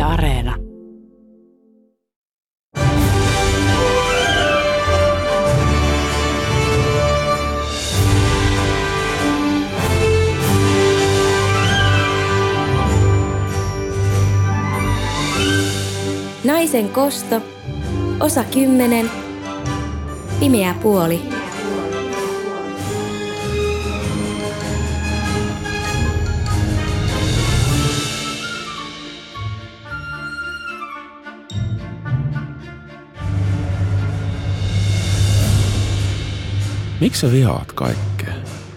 Areena. Naisen kosto, osa 10, pimeä puoli. Miksi sä vihaat kaikkea?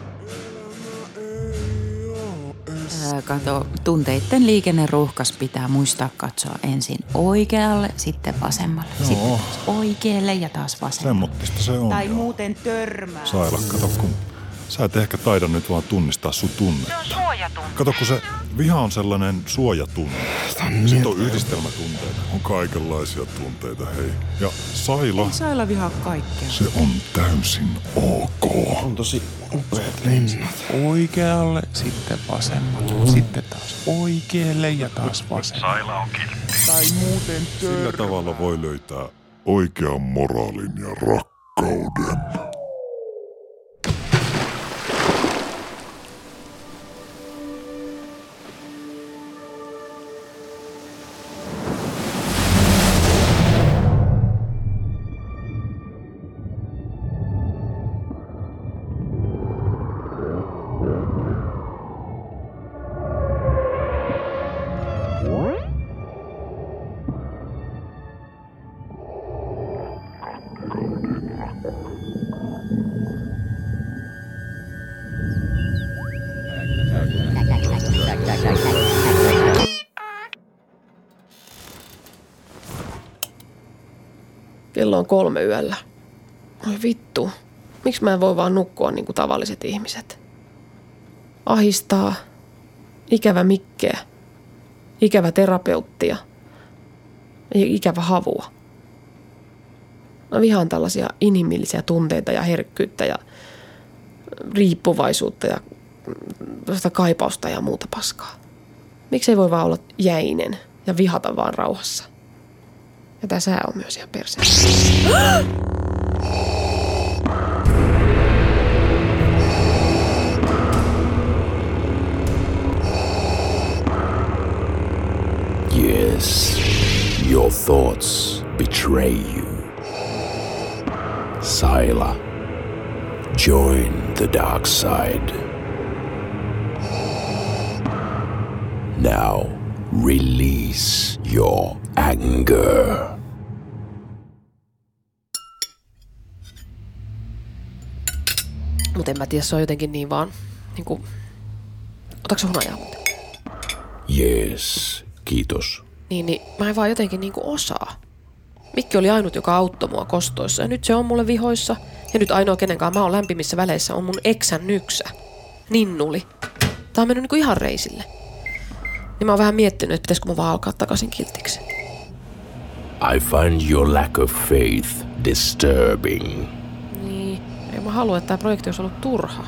Kato, tunteitten liikenneruuhkas pitää muistaa katsoa ensin oikealle, sitten vasemmalle. Joo. Sitten taas oikealle ja taas vasemmalle. Semmottista se on. Tai muuten törmää. Saila, kato kun sä et ehkä taida nyt vaan tunnistaa sun tunnetta. Se on suojatunne. Kato kun se viha on sellainen suojatunne. Sitten on yhdistelmätunteita. On kaikenlaisia tunteita, hei. Ja Saila, Ei Saila vihaa kaikkea. se on täysin ok. On tosi upeat linnat. Oikealle, sitten vasemmalle. Sitten taas oikealle ja taas vasemmalle. Saila on kiltti. Tai muuten Sillä tavalla voi löytää oikean moraalin ja rakkauden. Kello on 3 yöllä. Oi vittu. Miksi mä en voi vaan nukkua niin kuin tavalliset ihmiset? Ahistaa. Ikävä mikkeä. Ikävä terapeuttia. Ja ikävä havua. Mä vihaan tällaisia inhimillisiä tunteita ja herkkyyttä ja riippuvaisuutta ja kaipausta ja muuta paskaa. Miksi ei voi vaan olla jäinen ja vihata vaan rauhassa? Ja tää sää on myös ihan perseessä. Yes, your thoughts betray you. Saila, join the dark side. Now, release your anger. Mut en mä tiedä, se on jotenkin niin vaan, niinku, otatko sä hunajaa muuten? Yes, kiitos. Niin mä en vaan jotenkin niinku osaa. Mikki oli ainut, joka auttoi mua kostoissa ja nyt se on mulle vihoissa. Ja nyt ainoa kenenkaan mä oon lämpimissä väleissä on mun eksän nyksä. Ninnuli. Tää on mennyt niinku ihan reisille. Niin mä oon vähän miettinyt, että pitäisikö mä vaan alkaa takaisin kiltiksi. I find your lack of faith disturbing. Niin, ei mä halua, että tää projekti olisi ollut turha.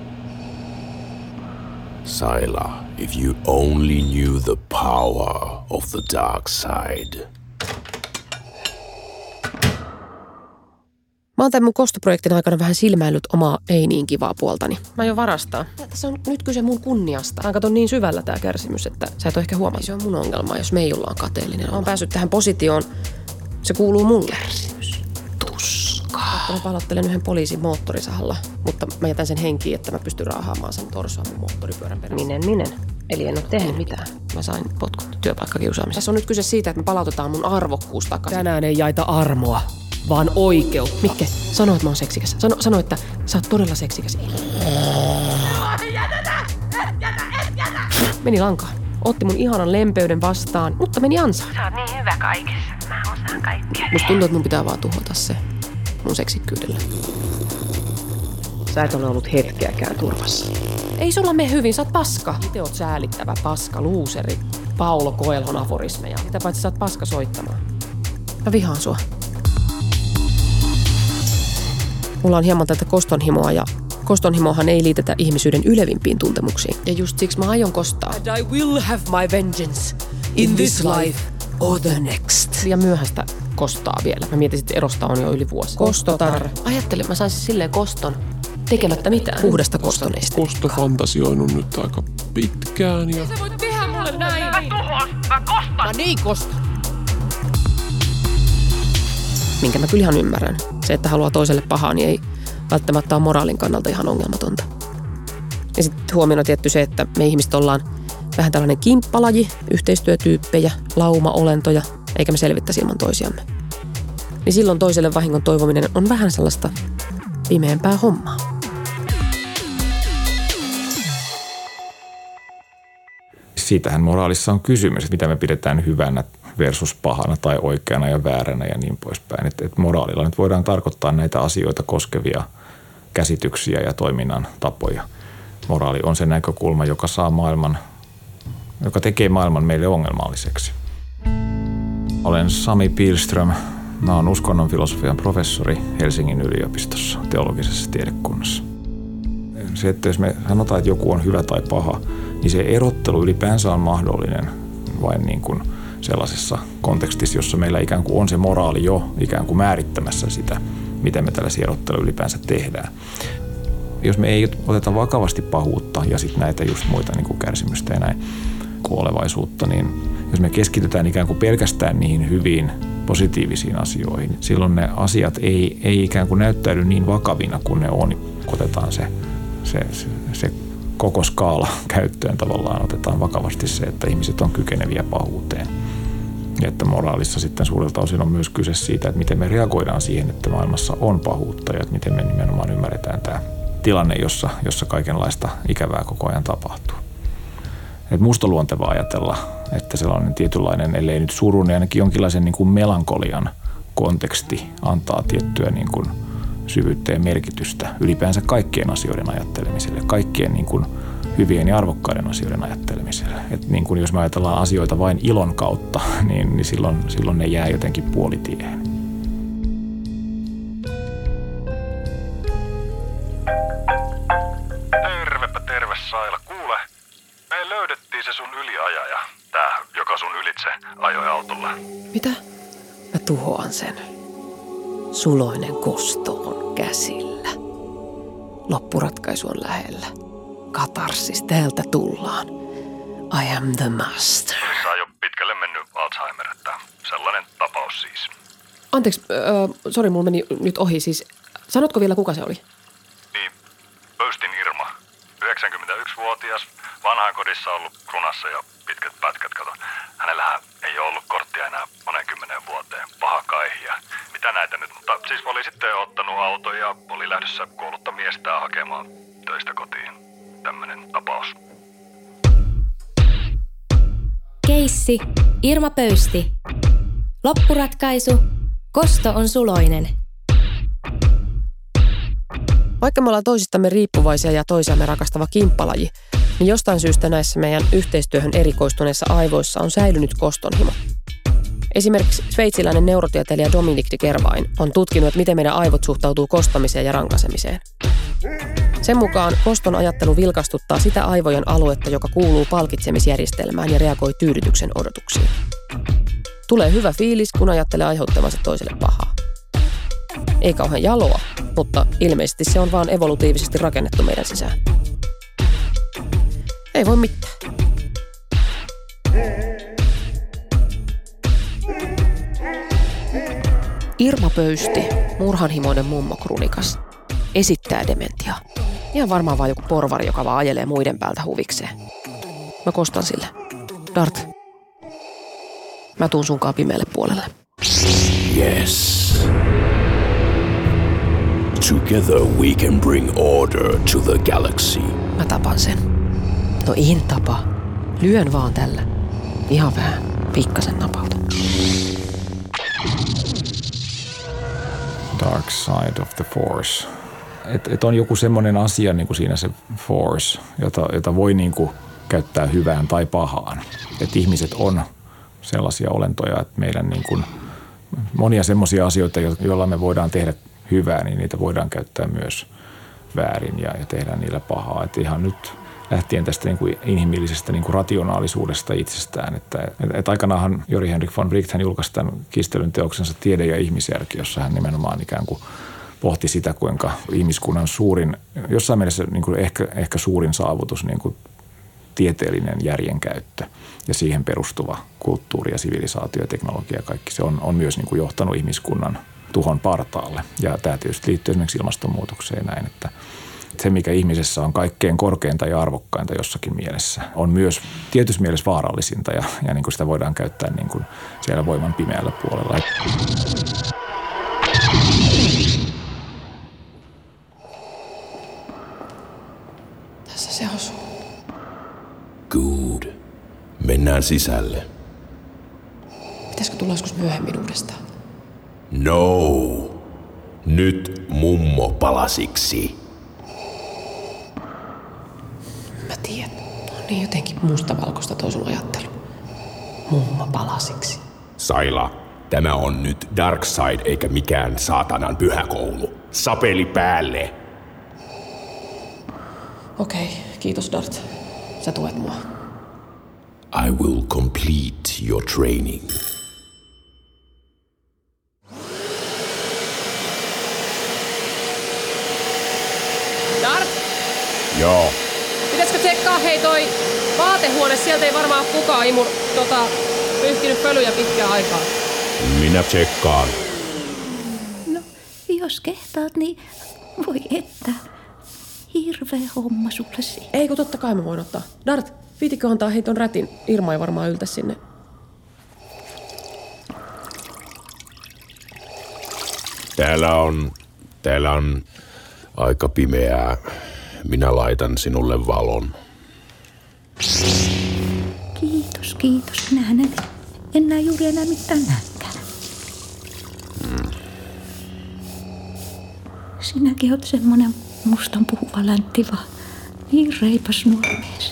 Saila, if you only knew the power of the dark side. Mä oon tämän mun kostoprojektin aikana vähän silmäillyt omaa ei niin kivaa puoltani. Mä aion varastaa. Tässä on nyt kyse mun kunniasta. Mä katon niin syvällä tää kärsimys, että sä et ole ehkä huomannut. Se on mun ongelma, jos Meijulla on kateellinen. Mä oon päässyt tähän positioon. Se kuuluu mulle. Kärsimys. Tuskaa. Mä palottelen yhden poliisin moottorisahalla, mutta mä jätän sen henkiin, että mä pystyn raahaamaan sen torsoa mun moottoripyörän perässä. Minen. Eli en ole tehnyt mitään. Mä sain potkut työpaikkakiusaamisesta. Tässä on nyt kyse siitä, että me palautetaan mun arvokkuus takaisin. Tänään ei jaeta armoa, vaan oikeutta. Mikke, sano, että mä oon seksikäs. Sano, että sä oot todella seksikäs. Jätä! Meni lankaan. Otti mun ihanan lempeyden vastaan, mutta meni ansaan. Sä oot niin hyvä kaikessa. Mä osaan kaikkea. Musta tuntuu, että mun pitää vaan tuhota se mun seksikkyydellä. Sä et ole ollut hetkeäkään turvassa. Ei sulla mene hyvin, sä oot paska. Itse oot säälittävä paska, luuseri. Paulo Coelhon aforismeja. Sitä paitsi sä oot paska soittamaan. Mä vihaan sua. Mulla on hieman tätä kostonhimoa ja kostonhimoahan ei liitetä ihmisyyden ylevimpiin tuntemuksiin. Ja just siksi mä aion kostaa. And I will have my vengeance in this life or the next. Liian myöhäistä kostaa vielä. Mä mietin, että erosta on jo yli vuosi. Kostotar. Ajattelin, mä saisin silleen koston tekemättä mitään. Puhdasta kostoneista. Kosto fantasioinut nyt aika pitkään ja... Sä voit tehdä mulle näin. Mä tuhon, mä kostan. Mä niin kostan. Minkä mä kyllä ihan ymmärrän. Se, että haluaa toiselle pahaa, niin ei välttämättä ole moraalin kannalta ihan ongelmatonta. Ja sitten huomiona tietty se, että me ihmiset ollaan vähän tällainen kimppalaji, yhteistyötyyppejä, lauma-olentoja, eikä me selvittäisi ilman toisiamme. Niin silloin toiselle vahingon toivominen on vähän sellaista pimeämpää hommaa. Siitähän moraalissa on kysymys, että mitä me pidetään hyvänä versus pahana tai oikeana ja vääränä ja niin poispäin. Et moraalilla nyt voidaan tarkoittaa näitä asioita koskevia käsityksiä ja toiminnan tapoja. Moraali on se näkökulma, joka tekee maailman meille ongelmalliseksi. Olen Sami Pihlström. Mä oon uskonnon filosofian professori Helsingin yliopistossa teologisessa tiedekunnassa. Se, että jos me sanotaan, että joku on hyvä tai paha, niin se erottelu ylipäänsä on mahdollinen vain niin kuin sellaisessa kontekstissa, jossa meillä ikään kuin on se moraali jo ikään kuin määrittämässä sitä, miten me tällaisia erotteluja ylipäänsä tehdään. Jos me ei oteta vakavasti pahuutta ja sitten näitä just muita niin kuin kärsimystä ja näin kuolevaisuutta, niin jos me keskitytään ikään kuin pelkästään niihin hyviin positiivisiin asioihin, silloin ne asiat ei ikään kuin näyttäydy niin vakavina kuin ne on. Otetaan se koko skaala käyttöön tavallaan, otetaan vakavasti se, että ihmiset on kykeneviä pahuuteen. Ja että moraalissa sitten suurelta osin on myös kyse siitä, että miten me reagoidaan siihen, että maailmassa on pahuutta ja että miten me nimenomaan ymmärretään tämä tilanne, jossa kaikenlaista ikävää koko ajan tapahtuu. Et musta on luontevaa ajatella, että sellainen tietynlainen, ellei nyt surun, niin ainakin jonkinlaisen niin kuin melankolian konteksti antaa tiettyä niin kuin syvyyttä ja merkitystä ylipäänsä kaikkien asioiden ajattelemiselle, kaikkien niin kuin hyvien ja arvokkaiden asioiden ajattelemiselle. Et niin kuin jos me ajatellaan asioita vain ilon kautta, niin silloin ne jää jotenkin puolitiehen. Terve Saila. Kuule, me löydettiin se sun yliajaja, tää, joka sun ylitse ajoi autolla. Mitä? Mä tuhoan sen. Suloinen kosto on käsillä. Loppuratkaisu on lähellä. Katarsis, täältä tullaan. I am the master. Sä on jo pitkälle mennyt Alzheimer, että sellainen tapaus siis. Anteeksi, sori, mulla meni nyt ohi. Siis, sanotko vielä, kuka se oli? Niin, Pöystin Irma. 91-vuotias, vanhainkodissa ollut runassa ja pitkät pätkät, kato. Hänellähän ei ole ollut korttia enää monen 10 vuoteen. Paha kaihia. Mitä näitä nyt? Mutta siis oli sitten ottanut auton ja oli lähdössä koulutta miestään hakemaan töistä kotiin. Tämmönen tapaus. Keissi Irma Pöysti. Loppuratkaisu. Kosto on suloinen. Vaikka me ollaan toisistamme riippuvaisia ja toisiamme rakastava kimppalaji, niin jostain syystä näissä meidän yhteistyöhön erikoistuneissa aivoissa on säilynyt kostonhimo. Esimerkiksi sveitsiläinen neurotieteilijä Dominique de Kervain on tutkinut, että miten meidän aivot suhtautuu kostamiseen ja rankasemiseen. Sen mukaan koston ajattelu vilkastuttaa sitä aivojen aluetta, joka kuuluu palkitsemisjärjestelmään ja reagoi tyydytyksen odotuksiin. Tulee hyvä fiilis, kun ajattelee aiheuttavansa toiselle pahaa. Ei kauhean jaloa, mutta ilmeisesti se on vaan evolutiivisesti rakennettu meidän sisään. Ei voi mitään. Irma Pöysti, murhanhimoinen mummokruunikas, esittää dementiaa. Ihan varmaan vaan joku porvari, joka vaan ajelee muiden päältä huvikseen. Mä kostan sille. Dart, mä tuun sunkaan pimeälle puolelle. Yes. Together we can bring order to the galaxy. Mä tapan sen. No en tapa. Lyön vaan tällä. Ihan vähän. Pikkasen napautan. Dark side of the force. Et on joku semmoinen asia niin kuin siinä se force, jota voi niin kuin käyttää hyvään tai pahaan. Että ihmiset on sellaisia olentoja, että meidän niin kuin monia semmoisia asioita, joilla me voidaan tehdä hyvää, niin niitä voidaan käyttää myös väärin ja tehdä niillä pahaa. Että ihan nyt lähtien tästä niin kuin inhimillisestä niin kuin rationaalisuudesta itsestään. Että aikanaanhan Jori Henrik von Wright hän julkaisi tämän kiistelyn teoksensa Tiede ja ihmisjärki, jossa hän nimenomaan ikään kuin pohti sitä, kuinka ihmiskunnan suurin, jossain mielessä niin kuin ehkä suurin saavutus, niin kuin tieteellinen järjenkäyttö ja siihen perustuva kulttuuri ja sivilisaatio ja teknologia ja kaikki se on myös niin kuin johtanut ihmiskunnan tuhon partaalle. Ja tämä tietysti liittyy esimerkiksi ilmastonmuutokseen näin, että se, mikä ihmisessä on kaikkein korkeinta ja arvokkainta jossakin mielessä, on myös tietyssä mielessä vaarallisinta ja niin kuin sitä voidaan käyttää niin kuin siellä voiman pimeällä puolella. Tässä se osuu. Good. Mennään sisälle. Pitäisikö tulla joskus myöhemmin uudestaan? No. Nyt mummo palasiksi. Mä tiedän. On niin jotenkin mustavalkoista toi sun ajattelu. Mummo palasiksi. Saila, tämä on nyt Darkside eikä mikään saatanan pyhäkoulu. Sapeli päälle. Okei, kiitos Dart. Sä tuet mua. I will complete your training. Dart! Joo. Pitäisikö tsekkaa hei toi vaatehuone? Sieltä ei varmaan kukaan pyyhkinyt pölyjä pitkään aikaa. Minä tsekkaan. No, jos kehtaat, niin voi että. Hirveä homma sulle siinä. Ei, kun totta kai mä voin ottaa. Dart, viitikö antaa hei ton rätin? Irma ei varmaan yltä sinne. Täällä on aika pimeää. Minä laitan sinulle valon. Kiitos. Minähän en näe juuri enää mitään näkään. Sinäkin oot semmonen mustan puhuva läntti vaan. Niin reipas nuori mies.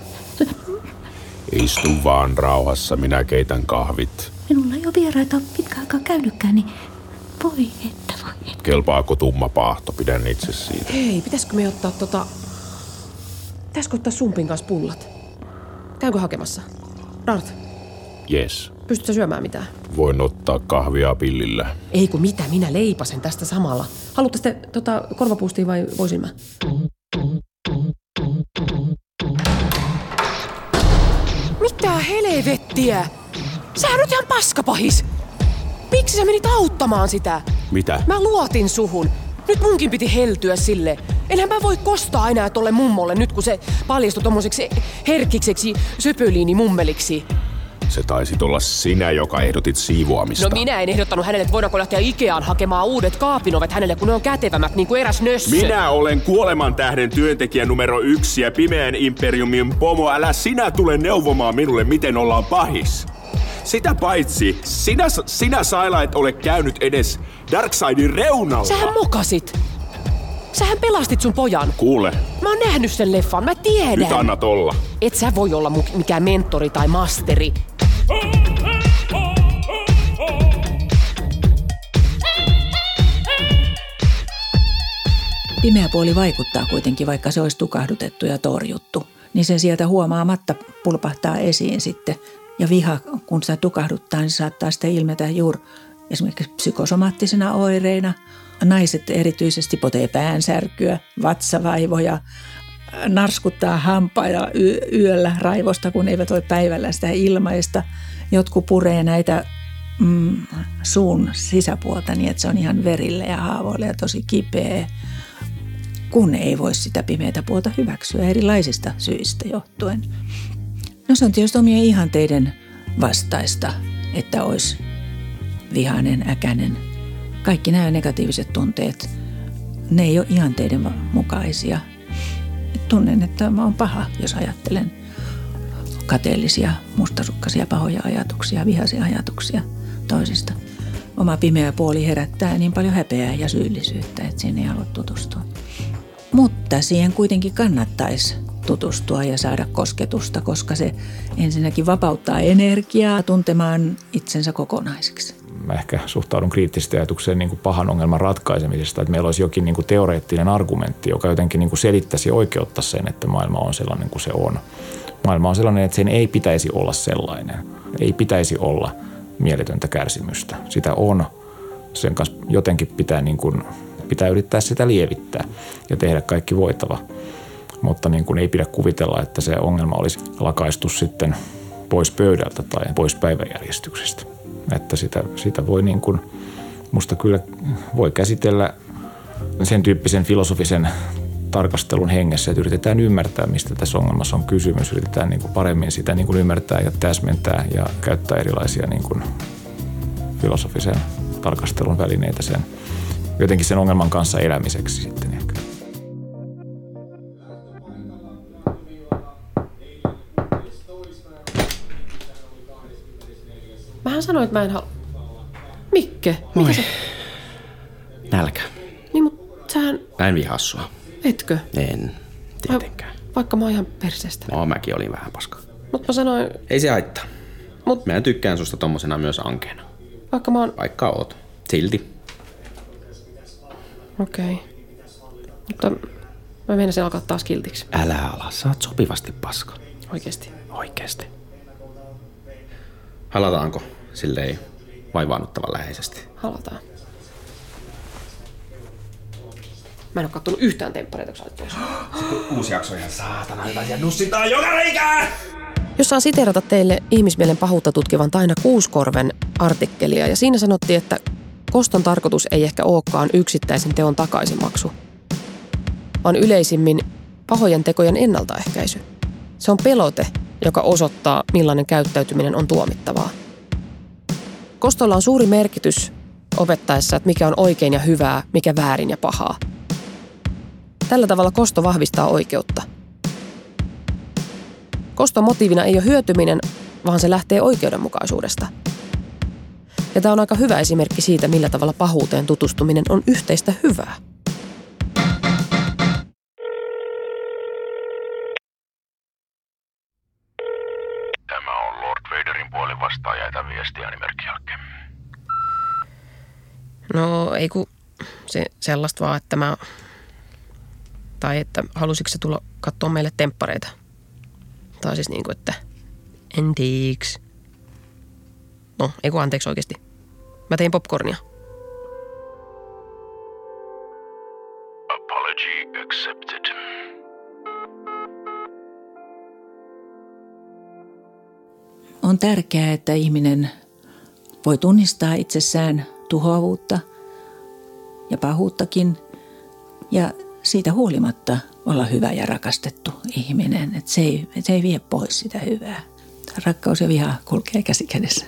Istu vaan rauhassa, minä keitän kahvit. Minulla ei ole vieraita pitkään aikaa käynytkään, niin voi että. Kelpaako tumma paahto? Pidän itse siitä. Hei, pitäisikö me ottaa Pitäisikö ottaa Sumpin kanssa pullat? Käynkö hakemassa? Dart. Yes. Pystytkö syömään mitään? Voin ottaa kahvia pillillä. Ei kun mitä, minä leipasen tästä samalla. Haluatte te korvapuustia vai voisin mä? Mitä helvettiä? Sähän nyt ihan paskapahis. Miksi sä menit auttamaan sitä? Mitä? Mä luotin suhun. Nyt munkin piti heltyä sille. Enhän mä voi kostaa enää tolle mummolle nyt, kun se paljastui tommoseksi herkikseksi söpöliinimummeliksi. Se taisit olla sinä, joka ehdotit siivoamista. No minä en ehdottanut hänelle, että voidaanko lähteä Ikeaan hakemaan uudet kaapinovet hänelle, kun ne on kätevämmät, niin kuin eräs nössö. Minä olen kuoleman tähden työntekijä numero 1 ja pimeän imperiumin pomo. Älä sinä tule neuvomaan minulle, miten ollaan pahis. Sitä paitsi, sinä Saila et ole käynyt edes Darksidein reunalla. Sähän mokasit. Sähän pelastit sun pojan. Kuule. Mä oon nähnyt sen leffan, mä tiedän. Nyt annat olla. Et sä voi olla mikään mentori tai masteri. Pimeä puoli vaikuttaa kuitenkin, vaikka se olisi tukahdutettu ja torjuttu. Niin se sieltä huomaamatta pulpahtaa esiin sitten. Ja viha, kun sitä tukahduttaa, niin saattaa sitä ilmetä juuri esimerkiksi psykosomaattisena oireina. Naiset erityisesti potee päänsärkyä, vatsavaivoja, narskuttaa hampaita yöllä raivosta, kun eivät voi päivällä sitä ilmaista. Jotkut puree näitä suun sisäpuolta niin, että se on ihan verillä ja haavoilla ja tosi kipeä, kun ei voi sitä pimeätä puolta hyväksyä erilaisista syistä johtuen. No se on tietysti omien ihanteiden vastaista, että olisi vihainen, äkäinen. Kaikki nämä negatiiviset tunteet, ne ei ole ihanteiden mukaisia. Tunnen, että mä oon paha, jos ajattelen kateellisia, mustasukkaisia, pahoja ajatuksia, vihaisia ajatuksia toisista. Oma pimeä puoli herättää niin paljon häpeää ja syyllisyyttä, että siihen ei halua tutustua. Mutta siihen kuitenkin kannattaisi tutustua ja saada kosketusta, koska se ensinnäkin vapauttaa energiaa tuntemaan itsensä kokonaiseksi. mä ehkä suhtaudun kriittisesti ajatukseen niin kuin pahan ongelman ratkaisemisesta, että meillä olisi jokin niin kuin teoreettinen argumentti, joka jotenkin niin kuin selittäisi ja oikeuttaisi sen, että maailma on sellainen kuin se on. Maailma on sellainen, että sen ei pitäisi olla sellainen. Ei pitäisi olla mieletöntä kärsimystä. Sitä on. Sen kanssa jotenkin pitää yrittää sitä lievittää ja tehdä kaikki voitava. Mutta niin kuin ei pidä kuvitella, että se ongelma olisi lakaistu sitten pois pöydältä tai pois päiväjärjestyksestä. Että sitä voi niin kuin, musta kyllä voi käsitellä sen tyyppisen filosofisen tarkastelun hengessä, että yritetään ymmärtää, mistä tässä ongelmassa on kysymys. Yritetään niin kuin paremmin sitä niin kuin ymmärtää ja täsmentää ja käyttää erilaisia niin kuin filosofisen tarkastelun välineitä jotenkin sen ongelman kanssa elämiseksi sitten ehkä. Mähän sanoin, että mä en Mikke? Moi. Nälkä. Niin, mutta sähän... Mä en vihaa sua. Etkö? En, tietenkään. Vaikka mä oon ihan perseestä. No, mäkin olin vähän paska. Mut mä sanoin... Ei se haittaa. Mä tykkään susta tommosena myös ankeena. Vaikka mä oon... Vaikka oot. Silti. Okei. Mutta mä meinasin alkaa taas kiltiksi. Älä ala, sä oot sopivasti paska. Oikeesti? Oikeesti. Halataanko silleen vaivaannuttavan läheisesti? Halataan. Mä en oo kattonut yhtään temppareita, kun sä olet pois. Uusi jakso ihan saatana hyvä ja nussitaan joka reikään! Jos saan siteerata teille ihmismielen pahuutta tutkivan Taina Kuuskorven artikkelia, ja siinä sanottiin, että koston tarkoitus ei ehkä olekaan yksittäisen teon takaisinmaksu, vaan yleisimmin pahojen tekojen ennaltaehkäisy. Se on pelote, joka osoittaa, millainen käyttäytyminen on tuomittavaa. Kostolla on suuri merkitys opettaessa, että mikä on oikein ja hyvää, mikä väärin ja pahaa. Tällä tavalla kosto vahvistaa oikeutta. Koston motiivina ei ole hyötyminen, vaan se lähtee oikeudenmukaisuudesta. Ja tämä on aika hyvä esimerkki siitä, millä tavalla pahuuteen tutustuminen on yhteistä hyvää. Tämä on Lord Vaderin puolen vastaaja, jätä viestiä nimerkin jälkeen. No ei kun se sellaista vaan, että että halusitko se tulla katsoa meille temppareita? Tai siis niinku, että antiiksi. No, ei kun anteeksi oikeesti. Mä tein popcornia. Apology accepted. On tärkeää, että ihminen voi tunnistaa itsessään tuhoavuutta ja pahuuttakin ja siitä huolimatta olla hyvä ja rakastettu ihminen. Että se ei vie pois sitä hyvää. Rakkaus ja viha kulkee käsi kädessä.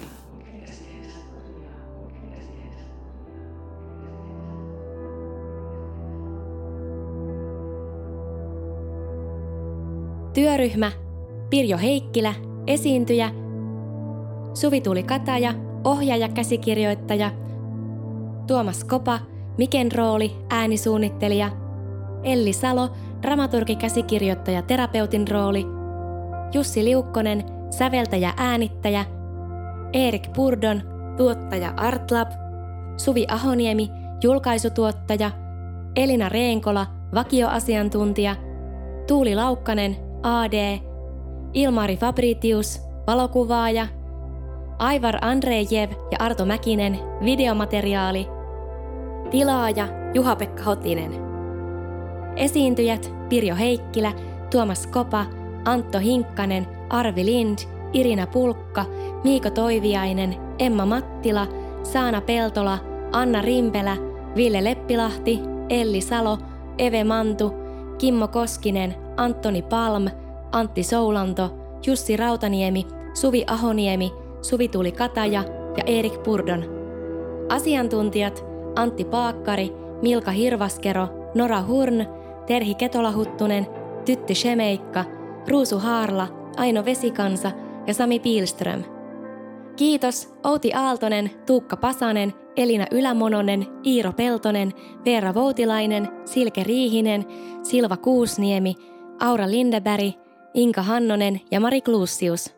Työryhmä: Pirjo Heikkilä, esiintyjä; Suvi-Tuuli Kataja, ohjaaja-käsikirjoittaja; Tuomas Kopa, Miken rooli, äänisuunnittelija; Elli Salo, dramaturgi-käsikirjoittaja, terapeutin rooli; Jussi Liukkonen, säveltäjä-äänittäjä; Erik Purdon, tuottaja Artlab; Suvi Ahoniemi, julkaisutuottaja; Elina Reenkola, vakioasiantuntija; Tuuli Laukkanen, AD; Ilmari Fabritius, valokuvaaja; Aivar Andrejev ja Arto Mäkinen, videomateriaali; tilaaja Juha-Pekka Hotinen. Esiintyjät: Pirjo Heikkilä, Tuomas Kopa, Antto Hinkkanen, Arvi Lind, Irina Pulkka, Miiko Toiviainen, Emma Mattila, Saana Peltola, Anna Rimpelä, Ville Leppilahti, Elli Salo, Eve Mantu, Kimmo Koskinen, Antoni Palm, Antti Soulanto, Jussi Rautaniemi, Suvi Ahoniemi, Suvi-Tuuli Kataja ja Erik Purdon. Asiantuntijat: Antti Paakkari, Milka Hirvaskero, Nora Hurn, Terhi Ketolahuttunen, Tytti Shemeikka, Ruusu Haarla, Aino Vesikansa ja Sami Pihlström. Kiitos Outi Aaltonen, Tuukka Pasanen, Elina Ylämononen, Iiro Peltonen, Veera Voutilainen, Silke Riihinen, Silva Kuusniemi, Aura Lindeberg, Inka Hannonen ja Mari Kluussius.